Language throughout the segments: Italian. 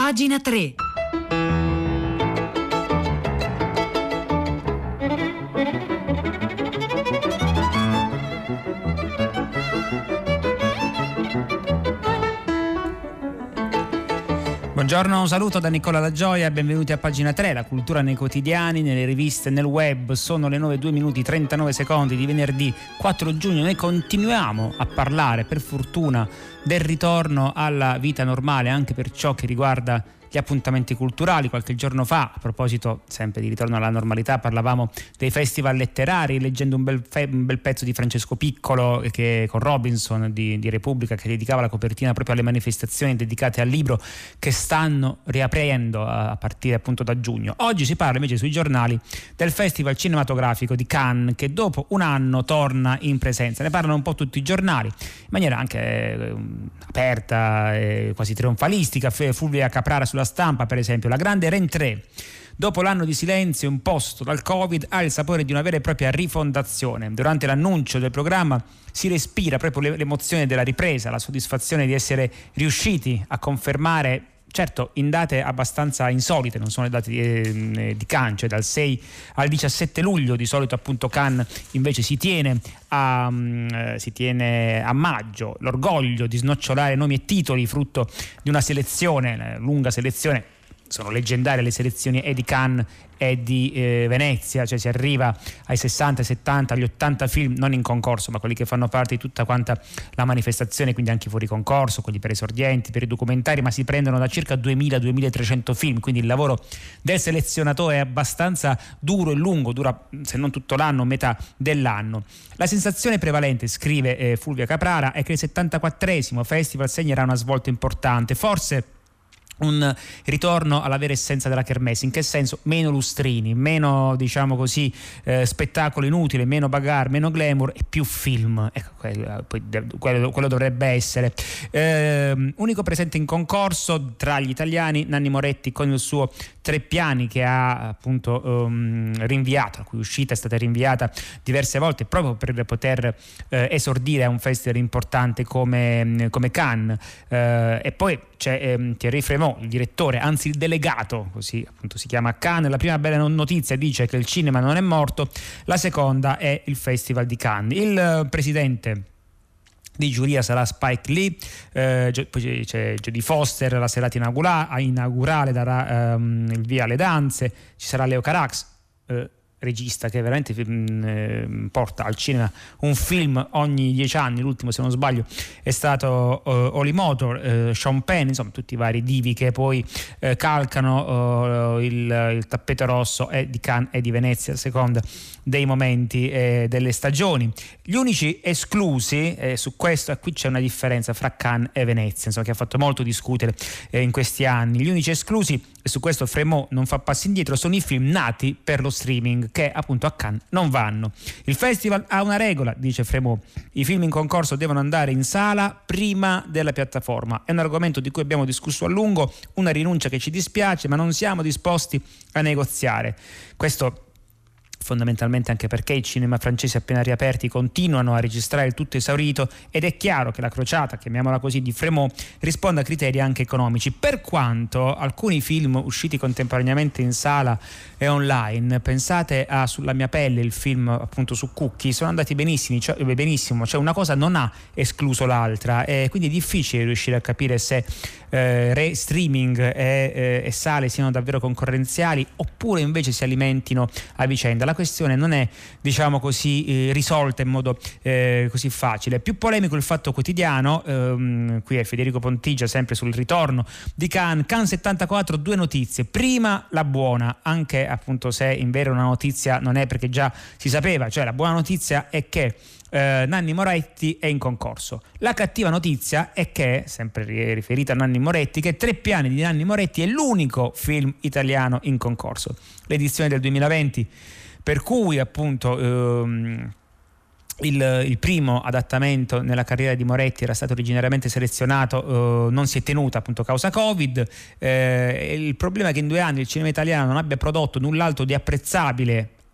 pagina 3. Buongiorno, un saluto da Nicola La Gioia, benvenuti a pagina 3, la cultura nei quotidiani, nelle riviste, nel web. Sono le 9:02 minuti 39 secondi di venerdì 4 giugno. Noi continuiamo a parlare, per fortuna, del ritorno alla vita normale, anche per ciò che riguarda gli appuntamenti culturali. Qualche giorno fa, a proposito sempre di ritorno alla normalità, parlavamo dei festival letterari, leggendo un bel pezzo di Francesco Piccolo con Robinson di Repubblica, che dedicava la copertina proprio alle manifestazioni dedicate al libro che stanno riaprendo a partire appunto da giugno. Oggi si parla invece sui giornali del Festival cinematografico di Cannes, che dopo un anno torna in presenza. Ne parlano un po' tutti i giornali in maniera anche aperta, quasi trionfalistica. Fulvia Caprara sulla Stampa, per esempio: la grande rentrée dopo l'anno di silenzio imposto dal Covid ha il sapore di una vera e propria rifondazione. Durante l'annuncio del programma si respira proprio l'emozione della ripresa, la soddisfazione di essere riusciti a confermare, certo in date abbastanza insolite, non sono le date di Cannes, cioè dal 6 al 17 luglio, di solito appunto Cannes invece si tiene a maggio, l'orgoglio di snocciolare nomi e titoli frutto di una selezione, lunga selezione. Sono leggendarie le selezioni di Cannes e di Venezia, cioè si arriva ai 60, 70, agli 80 film non in concorso, ma quelli che fanno parte di tutta quanta la manifestazione, quindi anche fuori concorso, quelli per esordienti, per i documentari, ma si prendono da circa 2000-2300 film, quindi il lavoro del selezionatore è abbastanza duro e lungo, dura se non tutto l'anno, metà dell'anno. La sensazione prevalente, scrive Fulvia Caprara, è che il 74esimo festival segnerà una svolta importante, forse un ritorno alla vera essenza della kermesse. In che senso? Meno lustrini, meno, diciamo così, spettacolo inutile, meno bagarre, meno glamour e più film. Ecco, quello dovrebbe essere. Unico presente in concorso tra gli italiani Nanni Moretti con il suo Tre Piani, che ha appunto rinviato, la cui uscita è stata rinviata diverse volte proprio per poter esordire a un festival importante come Cannes. E poi c'è Thierry Frémaux, il direttore, anzi il delegato, così appunto si chiama, a Cannes. La prima bella notizia dice che il cinema non è morto, la seconda è il Festival di Cannes. Il presidente di giuria sarà Spike Lee, poi c'è Jodie Foster, la serata inaugurale darà il via alle danze, ci sarà Leo Carax, regista che veramente porta al cinema un film ogni 10 anni, l'ultimo se non sbaglio è stato Holy Motor, Sean Penn, insomma tutti i vari divi che poi calcano il tappeto rosso di Cannes e di Venezia a seconda dei momenti delle stagioni. Gli unici esclusi su questo, e qui c'è una differenza fra Cannes e Venezia, insomma, che ha fatto molto discutere in questi anni. Gli unici esclusi, e su questo Frémaux non fa passi indietro, sono i film nati per lo streaming, che appunto a Cannes non vanno. Il festival ha una regola, dice Frémaux: i film in concorso devono andare in sala prima della piattaforma. È un argomento di cui abbiamo discusso a lungo, una rinuncia che ci dispiace, ma non siamo disposti a negoziare. Questo fondamentalmente anche perché i cinema francesi appena riaperti continuano a registrare il tutto esaurito, ed è chiaro che la crociata, chiamiamola così, di Frémaux risponde a criteri anche economici, per quanto alcuni film usciti contemporaneamente in sala e online, pensate a Sulla mia pelle, il film appunto su Cookie, sono andati benissimo, cioè una cosa non ha escluso l'altra, e quindi è difficile riuscire a capire se streaming e sale siano davvero concorrenziali oppure invece si alimentino a vicenda. La questione non è, diciamo così, risolta in modo così facile. Più polemico il Fatto Quotidiano, qui è Federico Pontigia sempre sul ritorno di Cannes. Cannes 74, due notizie. Prima la buona, anche appunto se in vero una notizia non è, perché già si sapeva, cioè la buona notizia è che Nanni Moretti è in concorso. La cattiva notizia è che, sempre riferita a Nanni Moretti, che Tre Piani di Nanni Moretti è l'unico film italiano in concorso. L'edizione del 2020, per cui appunto il primo adattamento nella carriera di Moretti era stato originariamente selezionato, non si è tenuta appunto causa Covid. Il problema è che in 2 anni il cinema italiano non abbia prodotto null'altro di apprezzabile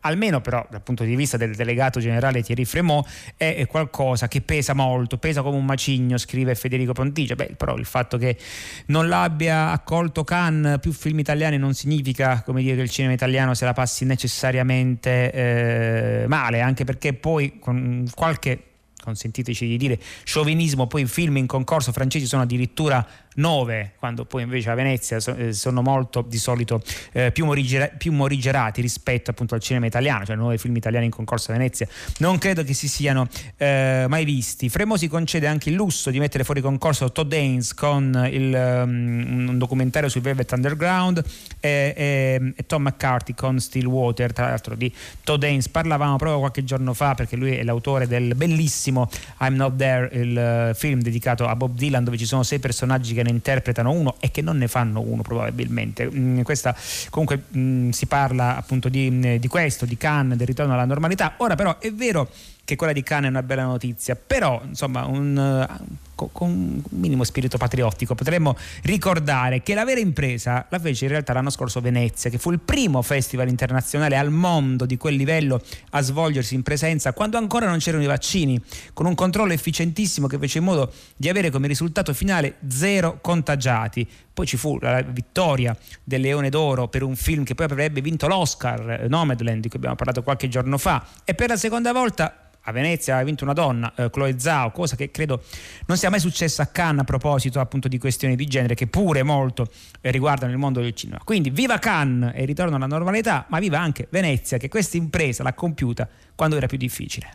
almeno però dal punto di vista del delegato generale Thierry Frémaux, è qualcosa che pesa molto, pesa come un macigno, scrive Federico Pontigia. Però il fatto che non l'abbia accolto Cannes più film italiani non significa, come dire, che il cinema italiano se la passi necessariamente male, anche perché poi con qualche, consentiteci di dire, sciovinismo, poi i film in concorso francesi sono addirittura 9, quando poi invece a Venezia sono molto di solito più morigerati rispetto appunto al cinema italiano, cioè 9 film italiani in concorso a Venezia non credo che si siano mai visti. Frémaux si concede anche il lusso di mettere fuori concorso Todd Haynes con un documentario sui Velvet Underground e Tom McCarthy con Stillwater. Tra l'altro di Todd Haynes parlavamo proprio qualche giorno fa, perché lui è l'autore del bellissimo I'm Not There, il film dedicato a Bob Dylan, dove ci sono 6 personaggi che ne interpretano uno e che non ne fanno uno probabilmente. Questa comunque si parla appunto di questo, di Cannes, del ritorno alla normalità. Ora però è vero che quella di Cannes è una bella notizia, però insomma con un minimo spirito patriottico potremmo ricordare che la vera impresa la fece in realtà l'anno scorso Venezia, che fu il primo festival internazionale al mondo di quel livello a svolgersi in presenza quando ancora non c'erano i vaccini, con un controllo efficientissimo che fece in modo di avere come risultato finale 0 contagiati. Poi ci fu la vittoria del Leone d'Oro per un film che poi avrebbe vinto l'Oscar, Nomadland, di cui abbiamo parlato qualche giorno fa, e per la seconda volta a Venezia ha vinto una donna, Chloe Zhao, cosa che credo non sia mai successa a Cannes a proposito appunto di questioni di genere che pure molto riguardano il mondo del cinema. Quindi viva Cannes e il ritorno alla normalità, ma viva anche Venezia, che questa impresa l'ha compiuta quando era più difficile.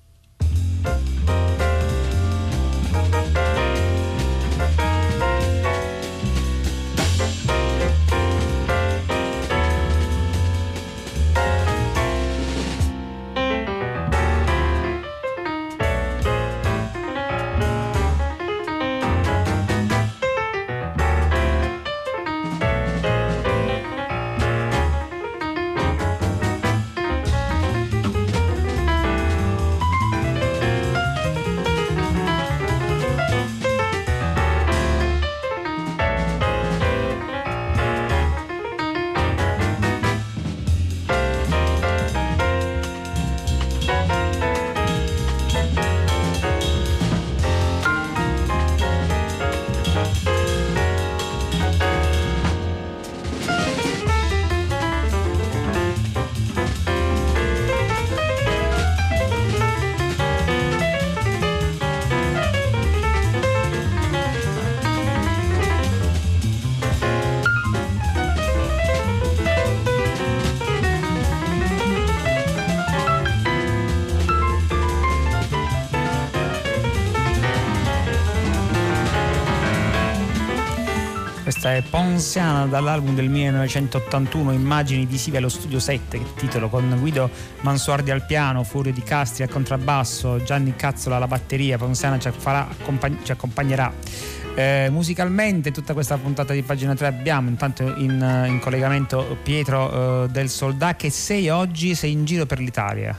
Questa è Ponsiana dall'album del 1981 Immagini visive allo studio 7, che titolo, con Guido Mansuardi al piano, Furio Di Castri al contrabbasso, Gianni Cazzola alla batteria. Ponsiana ci accompagnerà musicalmente tutta questa puntata di Pagina 3. Abbiamo intanto in collegamento Pietro del Soldà, che oggi sei in giro per l'Italia.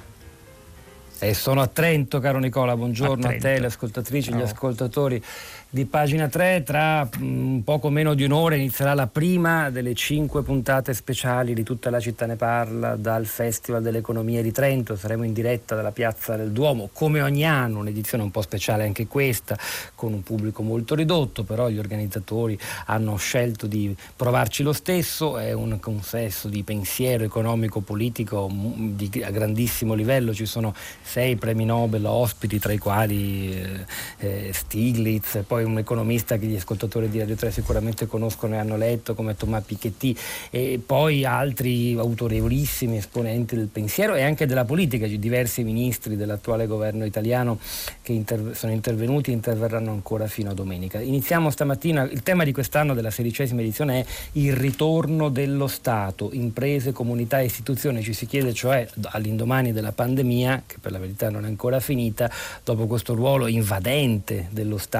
Sono a Trento, caro Nicola, buongiorno a te, le ascoltatrici, gli ascoltatori di Pagina 3. Tra poco meno di un'ora inizierà la prima delle 5 puntate speciali di Tutta la città ne parla dal Festival dell'Economia di Trento. Saremo in diretta dalla Piazza del Duomo, come ogni anno, un'edizione un po' speciale anche questa, con un pubblico molto ridotto, però gli organizzatori hanno scelto di provarci lo stesso. È un consesso di pensiero economico-politico a grandissimo livello. Ci sono 6 premi Nobel ospiti, tra i quali Stiglitz, poi un economista che gli ascoltatori di Radio 3 sicuramente conoscono e hanno letto, come Thomas Piketty, e poi altri autorevolissimi esponenti del pensiero e anche della politica, diversi ministri dell'attuale governo italiano che sono intervenuti e interverranno ancora fino a domenica. Iniziamo stamattina. Il tema di quest'anno della 16ª edizione è il ritorno dello Stato, imprese, comunità e istituzioni. Ci si chiede cioè, all'indomani della pandemia, che per la verità non è ancora finita, dopo questo ruolo invadente dello Stato nelle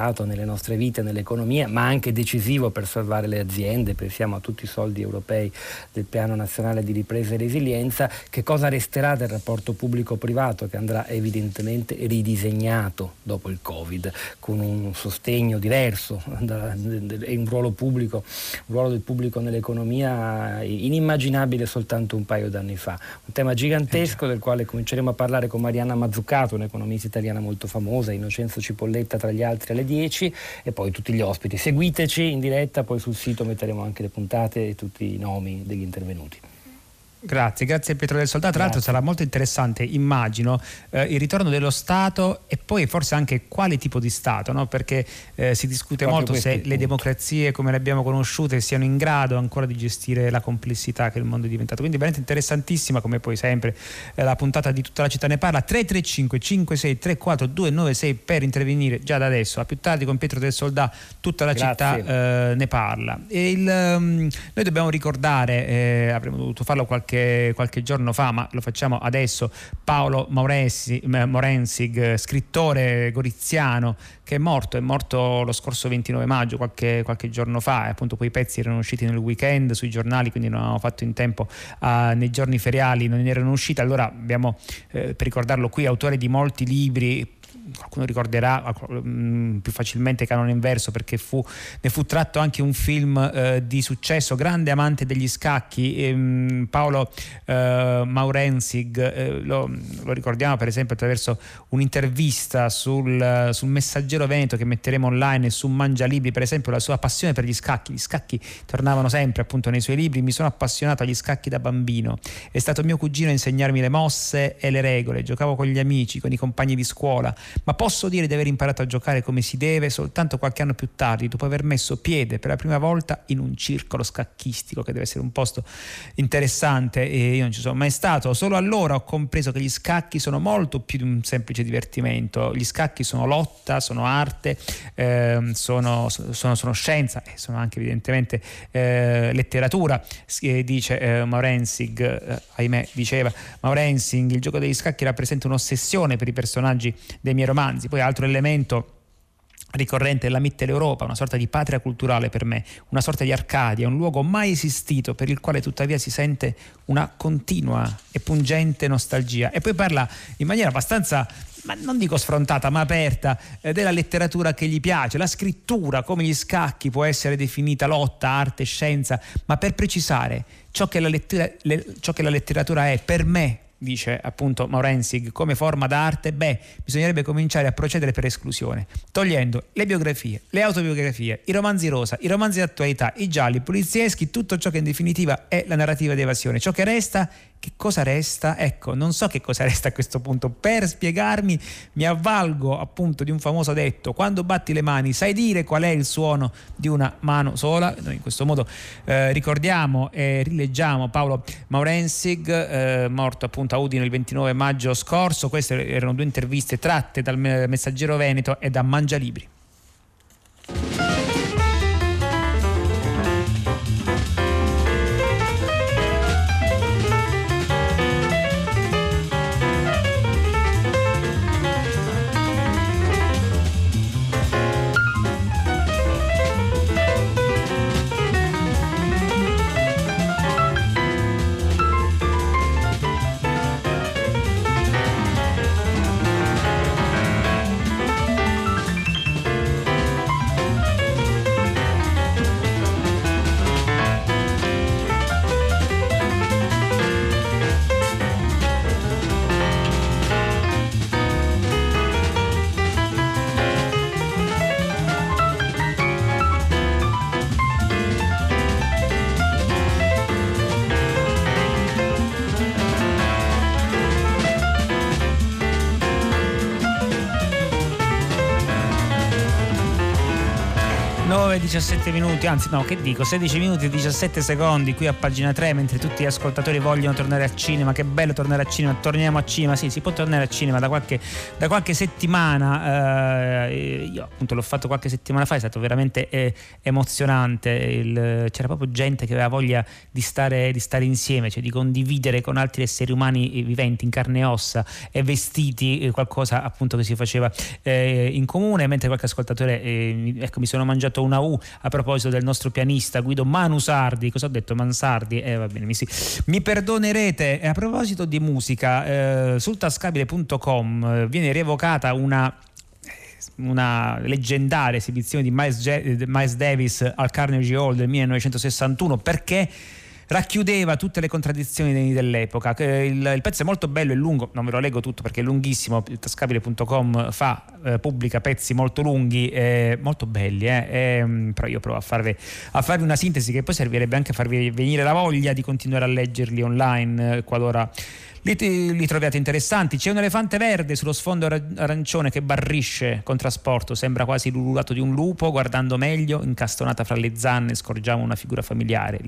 nostre vite, nell'economia, ma anche decisivo per salvare le aziende. Pensiamo a tutti i soldi europei del Piano Nazionale di Ripresa e Resilienza. Che cosa resterà del rapporto pubblico-privato, che andrà evidentemente ridisegnato dopo il Covid, con un sostegno diverso e un ruolo del pubblico nell'economia inimmaginabile soltanto un paio d'anni fa. Un tema gigantesco del quale cominceremo a parlare con Marianna Mazzucato, un'economista italiana molto famosa, Innocenzo Cipolletta tra gli altri alle 10, e poi tutti gli ospiti. Seguiteci in diretta, poi sul sito metteremo anche le puntate e tutti i nomi degli intervenuti. Grazie Pietro del Soldato. Tra l'altro sarà molto interessante, immagino, il ritorno dello Stato e poi forse anche quale tipo di Stato, no? Perché si discute molto se le democrazie come le abbiamo conosciute siano in grado ancora di gestire la complessità che il mondo è diventato. Quindi veramente interessantissima, come poi sempre la puntata di Tutta la città ne parla. 335 56 34 296 per intervenire già da adesso. A più tardi con Pietro del Soldato, Tutta la città ne parla. Noi dobbiamo ricordare, avremmo dovuto farlo qualche giorno fa, ma lo facciamo adesso, Paolo Morensig, scrittore goriziano, che è morto lo scorso 29 maggio, qualche giorno fa, e appunto poi i pezzi erano usciti nel weekend sui giornali, quindi non avevamo fatto in tempo, nei giorni feriali non erano usciti. Allora abbiamo, per ricordarlo qui, autore di molti libri. Qualcuno ricorderà più facilmente Canone Inverso, perché ne fu tratto anche un film di successo. Grande amante degli scacchi, Paolo Morensig, lo ricordiamo per esempio attraverso un'intervista sul Messaggero Veneto che metteremo online, e su Mangialibri per esempio la sua passione per gli scacchi tornavano sempre appunto nei suoi libri. Mi sono appassionato agli scacchi da bambino, è stato mio cugino a insegnarmi le mosse e le regole, giocavo con gli amici, con i compagni di scuola, ma posso dire di aver imparato a giocare come si deve soltanto qualche anno più tardi, dopo aver messo piede per la prima volta in un circolo scacchistico, che deve essere un posto interessante, e io non ci sono mai stato. Solo allora ho compreso che gli scacchi sono molto più di un semplice divertimento. Gli scacchi sono lotta, sono arte, sono scienza, e sono anche evidentemente letteratura, dice Morensig, ahimè diceva Morensig. Il gioco degli scacchi rappresenta un'ossessione per i personaggi dei miei romanzi. Poi altro elemento ricorrente è la Mitteleuropa, una sorta di patria culturale per me, una sorta di Arcadia, un luogo mai esistito per il quale tuttavia si sente una continua e pungente nostalgia. E poi parla in maniera abbastanza, ma non dico sfrontata, ma aperta, della letteratura che gli piace, la scrittura, come gli scacchi può essere definita lotta, arte, scienza, ma per precisare ciò che la letteratura è per me, dice appunto Morensig, come forma d'arte, bisognerebbe cominciare a procedere per esclusione, togliendo le biografie, le autobiografie, i romanzi rosa, i romanzi d'attualità, i gialli, i polizieschi, tutto ciò che in definitiva è la narrativa di evasione. Ciò che resta, che cosa resta? Ecco, non so che cosa resta a questo punto. Per spiegarmi mi avvalgo appunto di un famoso detto: quando batti le mani sai dire qual è il suono di una mano sola. Noi in questo modo ricordiamo e rileggiamo Paolo Morensig, morto appunto a Udine il 29 maggio scorso. Queste erano due interviste tratte dal Messaggero Veneto e da Mangialibri. 17 minuti, anzi no, che dico, 16 minuti e 17 secondi qui a Pagina 3, mentre tutti gli ascoltatori vogliono tornare al cinema. Che bello tornare al cinema, torniamo a cinema. Sì, si può tornare al cinema da qualche settimana. Io appunto l'ho fatto qualche settimana fa, è stato veramente emozionante. C'era proprio gente che aveva voglia di stare insieme, cioè di condividere con altri esseri umani viventi in carne e ossa e vestiti, qualcosa appunto che si faceva in comune. Mentre qualche ascoltatore, ecco, mi sono mangiato una U a proposito del nostro pianista Guido Manusardi. Cosa ho detto? Mansardi? Va bene, mi perdonerete. A proposito di musica, sul tascabile.com viene rievocata una leggendaria esibizione di Miles Davis al Carnegie Hall del 1961, perché racchiudeva tutte le contraddizioni dell'epoca. Il pezzo è molto bello e lungo, non ve lo leggo tutto perché è lunghissimo. Tascabile.com pubblica pezzi molto lunghi, molto belli, però io provo a farvi una sintesi che poi servirebbe anche a farvi venire la voglia di continuare a leggerli online qualora li troviate interessanti. C'è un elefante verde sullo sfondo arancione che barrisce con trasporto, sembra quasi l'ululato di un lupo. Guardando meglio, incastonata fra le zanne, scorgiamo una figura familiare,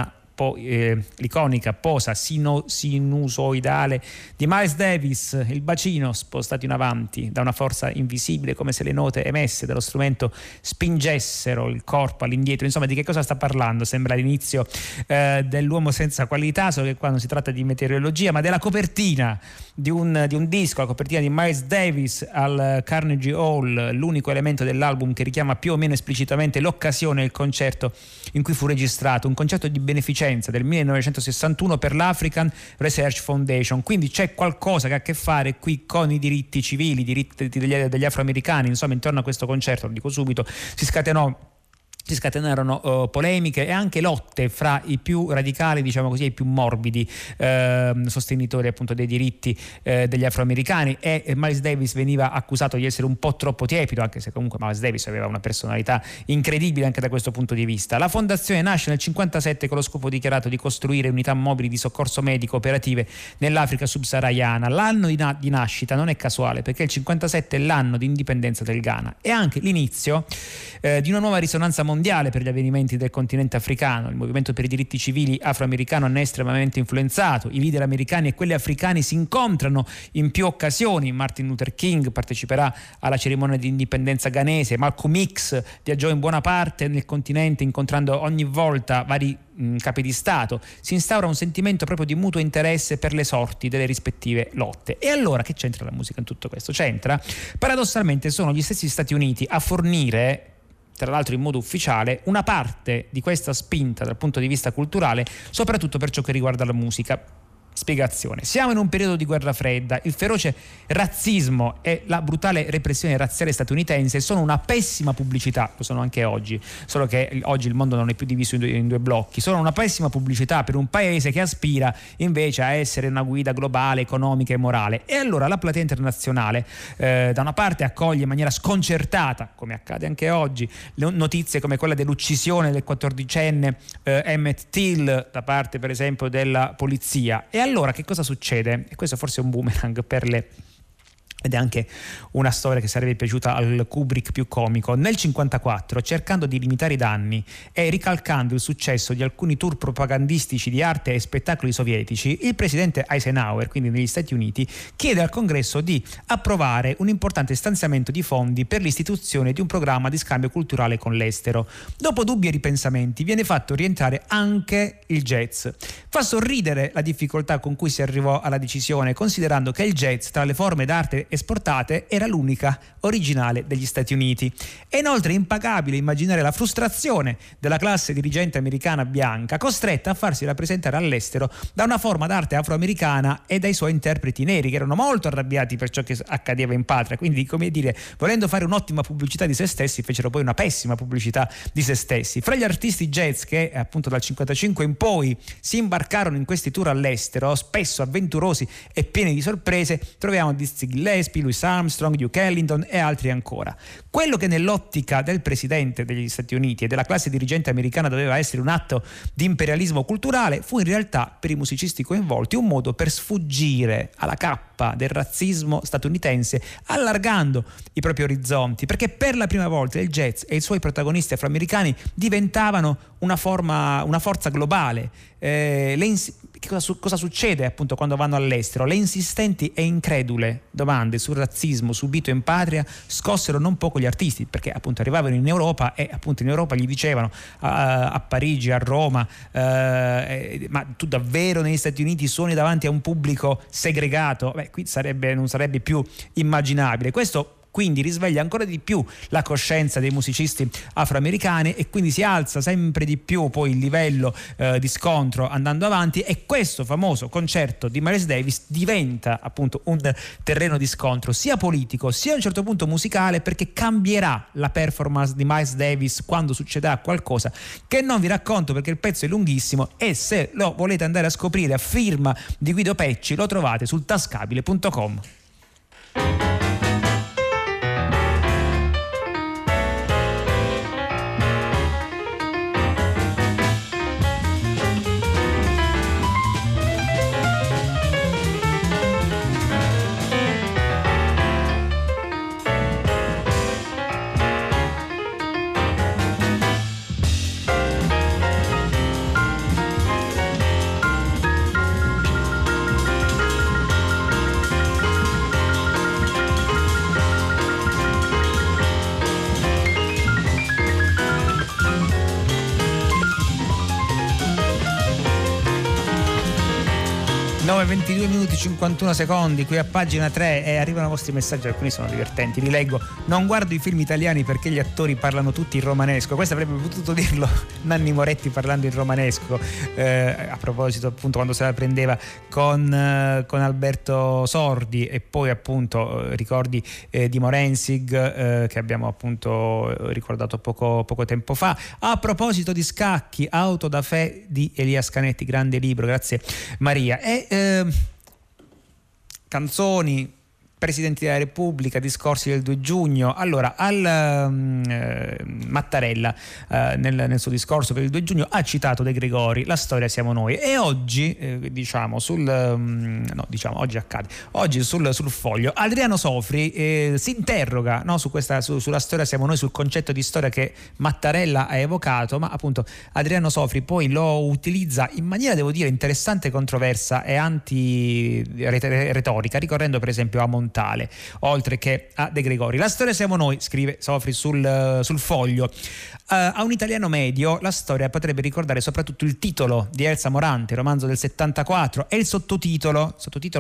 l'iconica posa sinusoidale di Miles Davis, il bacino spostato in avanti da una forza invisibile, come se le note emesse dallo strumento spingessero il corpo all'indietro. Insomma, di che cosa sta parlando? Sembra l'inizio dell'uomo senza qualità, solo che qua non si tratta di meteorologia ma della copertina di un disco, la copertina di Miles Davis al Carnegie Hall, l'unico elemento dell'album che richiama più o meno esplicitamente l'occasione e il concerto in cui fu registrato, un concerto di beneficenza del 1961 per l'African Research Foundation. Quindi c'è qualcosa che ha a che fare qui con i diritti civili, i diritti degli afroamericani. Insomma, intorno a questo concerto, lo dico subito, si scatenarono polemiche e anche lotte fra i più radicali, diciamo così, e i più morbidi sostenitori appunto dei diritti degli afroamericani, e Miles Davis veniva accusato di essere un po' troppo tiepido, anche se comunque Miles Davis aveva una personalità incredibile anche da questo punto di vista. La fondazione nasce nel 1957 con lo scopo dichiarato di costruire unità mobili di soccorso medico operative nell'Africa subsahariana. L'anno di nascita non è casuale, perché il 1957 è l'anno di indipendenza del Ghana e anche l'inizio di una nuova risonanza mondiale per gli avvenimenti del continente africano. Il movimento per i diritti civili afroamericano ne è estremamente influenzato. I leader americani e quelli africani si incontrano in più occasioni. Martin Luther King parteciperà alla cerimonia di indipendenza ghanese, Malcolm X viaggiò in buona parte nel continente incontrando ogni volta vari capi di Stato. Si instaura un sentimento proprio di mutuo interesse per le sorti delle rispettive lotte. E allora che c'entra la musica in tutto questo? C'entra, paradossalmente sono gli stessi Stati Uniti a fornire, tra l'altro in modo ufficiale, una parte di questa spinta dal punto di vista culturale, soprattutto per ciò che riguarda la musica. Spiegazione: siamo in un periodo di guerra fredda, il feroce razzismo e la brutale repressione razziale statunitense sono una pessima pubblicità, lo sono anche oggi, solo che oggi il mondo non è più diviso in due blocchi, sono una pessima pubblicità per un paese che aspira invece a essere una guida globale, economica e morale. E allora la platea internazionale da una parte accoglie in maniera sconcertata, come accade anche oggi, notizie come quella dell'uccisione del 14enne Emmett Till da parte per esempio della polizia. E allora che cosa succede? E questo forse è un boomerang ed è anche una storia che sarebbe piaciuta al Kubrick più comico. Nel 1954, cercando di limitare i danni e ricalcando il successo di alcuni tour propagandistici di arte e spettacoli sovietici, il presidente Eisenhower, quindi negli Stati Uniti, chiede al Congresso di approvare un importante stanziamento di fondi per l'istituzione di un programma di scambio culturale con l'estero. Dopo dubbi e ripensamenti viene fatto rientrare anche il jazz. Fa sorridere la difficoltà con cui si arrivò alla decisione, considerando che il jazz, tra le forme d'arte esportate, era l'unica originale degli Stati Uniti. È inoltre impagabile immaginare la frustrazione della classe dirigente americana bianca, costretta a farsi rappresentare all'estero da una forma d'arte afroamericana e dai suoi interpreti neri, che erano molto arrabbiati per ciò che accadeva in patria. Quindi, come dire, volendo fare un'ottima pubblicità di se stessi, fecero poi una pessima pubblicità di se stessi. Fra gli artisti jazz che appunto dal 55 in poi si imbarcarono in questi tour all'estero, spesso avventurosi e pieni di sorprese, troviamo Dizzy Gillespie, Gillespie, Louis Armstrong, Duke Ellington e altri ancora. Quello che nell'ottica del presidente degli Stati Uniti e della classe dirigente americana doveva essere un atto di imperialismo culturale fu in realtà per i musicisti coinvolti un modo per sfuggire alla cappa del razzismo statunitense, allargando i propri orizzonti, perché per la prima volta il jazz e i suoi protagonisti afroamericani diventavano una forza globale. Cosa succede appunto quando vanno all'estero? Le insistenti e incredule domande sul razzismo subito in patria scossero non poco gli artisti, perché appunto arrivavano in Europa e appunto in Europa gli dicevano a Parigi, a Roma, ma tu davvero negli Stati Uniti suoni davanti a un pubblico segregato? Qui non sarebbe più immaginabile. Questo quindi risveglia ancora di più la coscienza dei musicisti afroamericani e quindi si alza sempre di più poi il livello di scontro andando avanti, e questo famoso concerto di Miles Davis diventa appunto un terreno di scontro sia politico sia a un certo punto musicale, perché cambierà la performance di Miles Davis quando succederà qualcosa che non vi racconto perché il pezzo è lunghissimo, e se lo volete andare a scoprire a firma di Guido Pecci lo trovate sul tascabile.com. 22 minuti 51 secondi qui a pagina 3 e arrivano i vostri messaggi, alcuni sono divertenti, li leggo. Non guardo i film italiani perché gli attori parlano tutti in romanesco. Questo avrebbe potuto dirlo Nanni Moretti parlando in romanesco, a proposito appunto quando se la prendeva con Alberto Sordi, e poi appunto ricordi di Morensig che abbiamo appunto ricordato poco tempo fa. A proposito di scacchi, Auto da Fe di Elias Canetti, grande libro, grazie Maria. E canzoni, Presidenti della Repubblica, discorsi del 2 giugno. Allora, Mattarella nel suo discorso per il 2 giugno ha citato De Gregori, La storia siamo noi, e oggi oggi accade, oggi sul Foglio Adriano Sofri si interroga, no, sulla storia siamo noi, sul concetto di storia che Mattarella ha evocato, ma appunto Adriano Sofri poi lo utilizza in maniera, devo dire, interessante, controversa e anti-retorica, ricorrendo per esempio a Montale oltre che a De Gregori. La storia siamo noi, scrive Sofri sul Foglio. A un italiano medio la storia potrebbe ricordare soprattutto il titolo di Elsa Morante, romanzo del 74, e il sottotitolo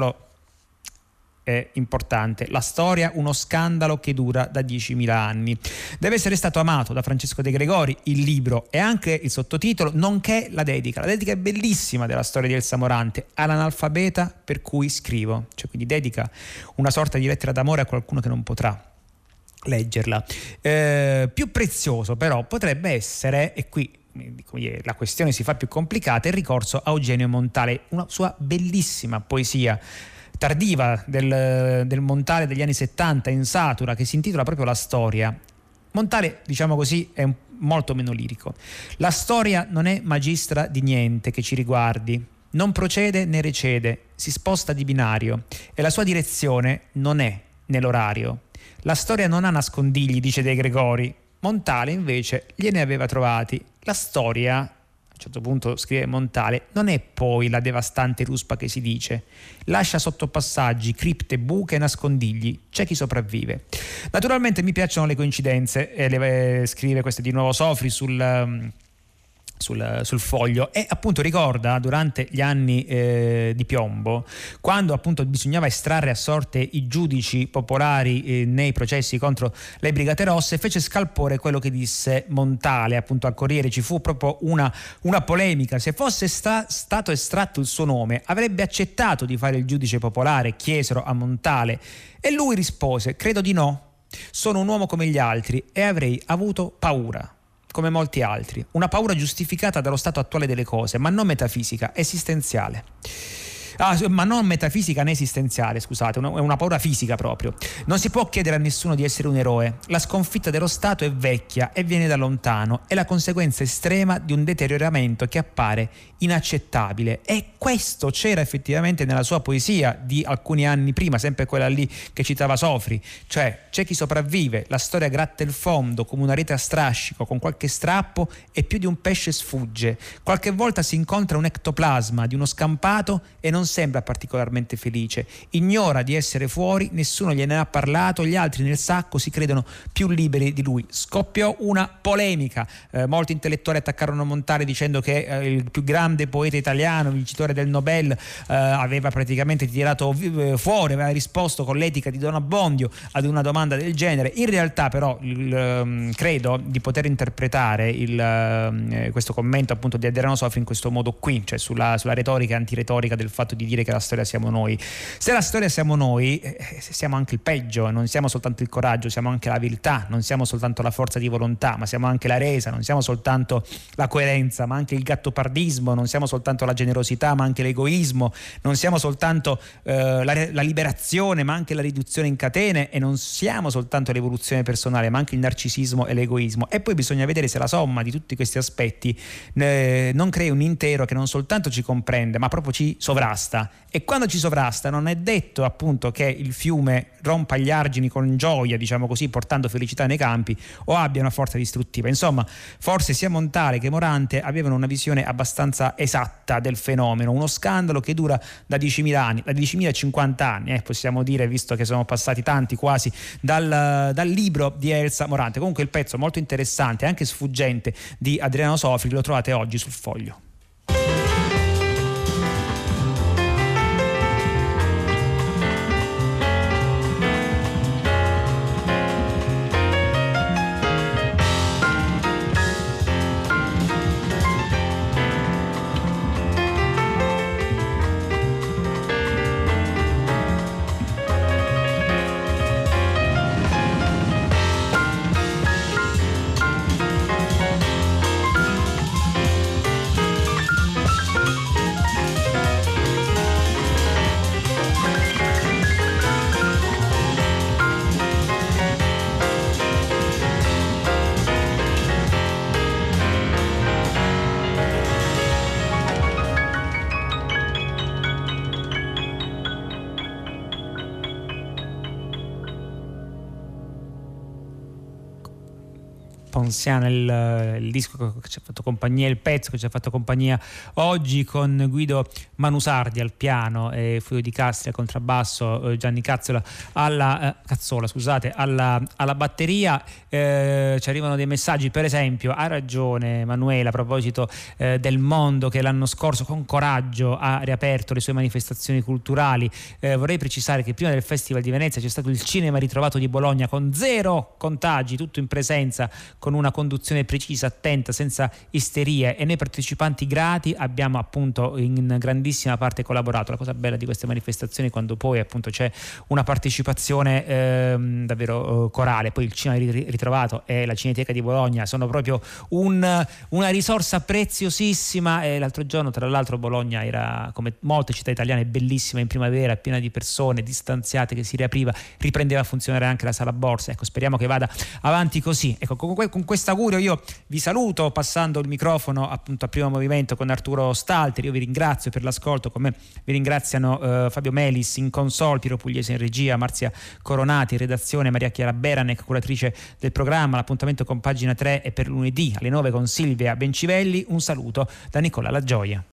è importante: La storia, uno scandalo che dura da 10.000 anni. Deve essere stato amato da Francesco De Gregori il libro e anche il sottotitolo, nonché la dedica. La dedica è bellissima della storia di Elsa Morante: all'analfabeta per cui scrivo. Cioè, quindi dedica una sorta di lettera d'amore a qualcuno che non potrà leggerla. Più prezioso però potrebbe essere, e qui la questione si fa più complicata, il ricorso a Eugenio Montale, una sua bellissima poesia tardiva del Montale degli anni 70 in satura, che si intitola proprio La storia. Montale, diciamo così, è molto meno lirico. La storia non è magistra di niente che ci riguardi, non procede né recede, si sposta di binario, e la sua direzione non è nell'orario. La storia non ha nascondigli, dice De Gregori. Montale invece gliene aveva trovati. La storia, a un certo punto scrive Montale, non è poi la devastante ruspa che si dice. Lascia sottopassaggi, cripte, buche e nascondigli. C'è chi sopravvive. Naturalmente mi piacciono le coincidenze, scrive questo di nuovo Sofri sul Foglio, e appunto ricorda durante gli anni di piombo, quando appunto bisognava estrarre a sorte i giudici popolari nei processi contro le Brigate Rosse, fece scalpore quello che disse Montale appunto al Corriere. Ci fu proprio una polemica: se fosse stato estratto il suo nome avrebbe accettato di fare il giudice popolare, chiesero a Montale, e lui rispose: credo di no, sono un uomo come gli altri e avrei avuto paura come molti altri, una paura giustificata dallo stato attuale delle cose, ma non metafisica, esistenziale. Ma non metafisica né esistenziale, scusate, è una paura fisica proprio. Non si può chiedere a nessuno di essere un eroe. La sconfitta dello Stato è vecchia e viene da lontano, è la conseguenza estrema di un deterioramento che appare inaccettabile. E questo c'era effettivamente nella sua poesia di alcuni anni prima, sempre quella lì che citava Sofri, cioè c'è chi sopravvive, la storia gratta il fondo come una rete a strascico, con qualche strappo e più di un pesce sfugge. Qualche volta si incontra un ectoplasma di uno scampato e non sembra particolarmente felice, ignora di essere fuori, nessuno gliene ha parlato, gli altri nel sacco si credono più liberi di lui. Scoppiò una polemica, molti intellettuali attaccarono Montale dicendo che il più grande poeta italiano, vincitore del Nobel, aveva praticamente tirato fuori, aveva risposto con l'etica di Don Abbondio ad una domanda del genere. In realtà però credo di poter interpretare questo commento appunto di Adriano Sofri in questo modo qui, cioè sulla retorica e antiretorica del fatto di dire che la storia siamo noi. Se la storia siamo noi, siamo anche il peggio, non siamo soltanto il coraggio, siamo anche la viltà, non siamo soltanto la forza di volontà, ma siamo anche la resa, non siamo soltanto la coerenza, ma anche il gattopardismo, non siamo soltanto la generosità, ma anche l'egoismo, non siamo soltanto la liberazione, ma anche la riduzione in catene, e non siamo soltanto l'evoluzione personale, ma anche il narcisismo e l'egoismo. E poi bisogna vedere se la somma di tutti questi aspetti non crea un intero che non soltanto ci comprende, ma proprio ci sovrasta. E quando ci sovrasta non è detto appunto che il fiume rompa gli argini con gioia, diciamo così, portando felicità nei campi, o abbia una forza distruttiva. Insomma, forse sia Montale che Morante avevano una visione abbastanza esatta del fenomeno, uno scandalo che dura da 10.000 anni, da 10.000 a 50 anni, possiamo dire, visto che sono passati tanti quasi dal libro di Elsa Morante. Comunque il pezzo molto interessante, anche sfuggente, di Adriano Sofri, lo trovate oggi sul Foglio. Ponziano, il disco che ci ha fatto compagnia, il pezzo che ci ha fatto compagnia oggi, con Guido Manusardi al piano e Furio Di Castri al contrabbasso, Gianni Cazzola alla batteria. Ci arrivano dei messaggi, per esempio: ha ragione Emanuela a proposito del mondo che l'anno scorso con coraggio ha riaperto le sue manifestazioni culturali. Vorrei precisare che prima del Festival di Venezia c'è stato il Cinema Ritrovato di Bologna con 0 contagi, tutto in presenza, con una conduzione precisa, attenta, senza isterie, e noi partecipanti grati abbiamo appunto in grandissima parte collaborato. La cosa bella di queste manifestazioni è quando poi appunto c'è una partecipazione davvero corale. Poi il Cinema Ritrovato e la Cineteca di Bologna sono proprio una risorsa preziosissima, e l'altro giorno tra l'altro Bologna era, come molte città italiane, bellissima in primavera, piena di persone distanziate, che si riprendeva a funzionare anche la sala borsa. Ecco, speriamo che vada avanti così. Ecco, con questo augurio io vi saluto, passando il microfono appunto a Primo Movimento con Arturo Stalteri. Io vi ringrazio per l'ascolto, come vi ringraziano Fabio Melis in console, Piero Pugliese in regia, Marzia Coronati in redazione, Maria Chiara Beranec, curatrice del programma. L'appuntamento con Pagina 3 è per lunedì alle 9 con Silvia Bencivelli. Un saluto da Nicola La Gioia.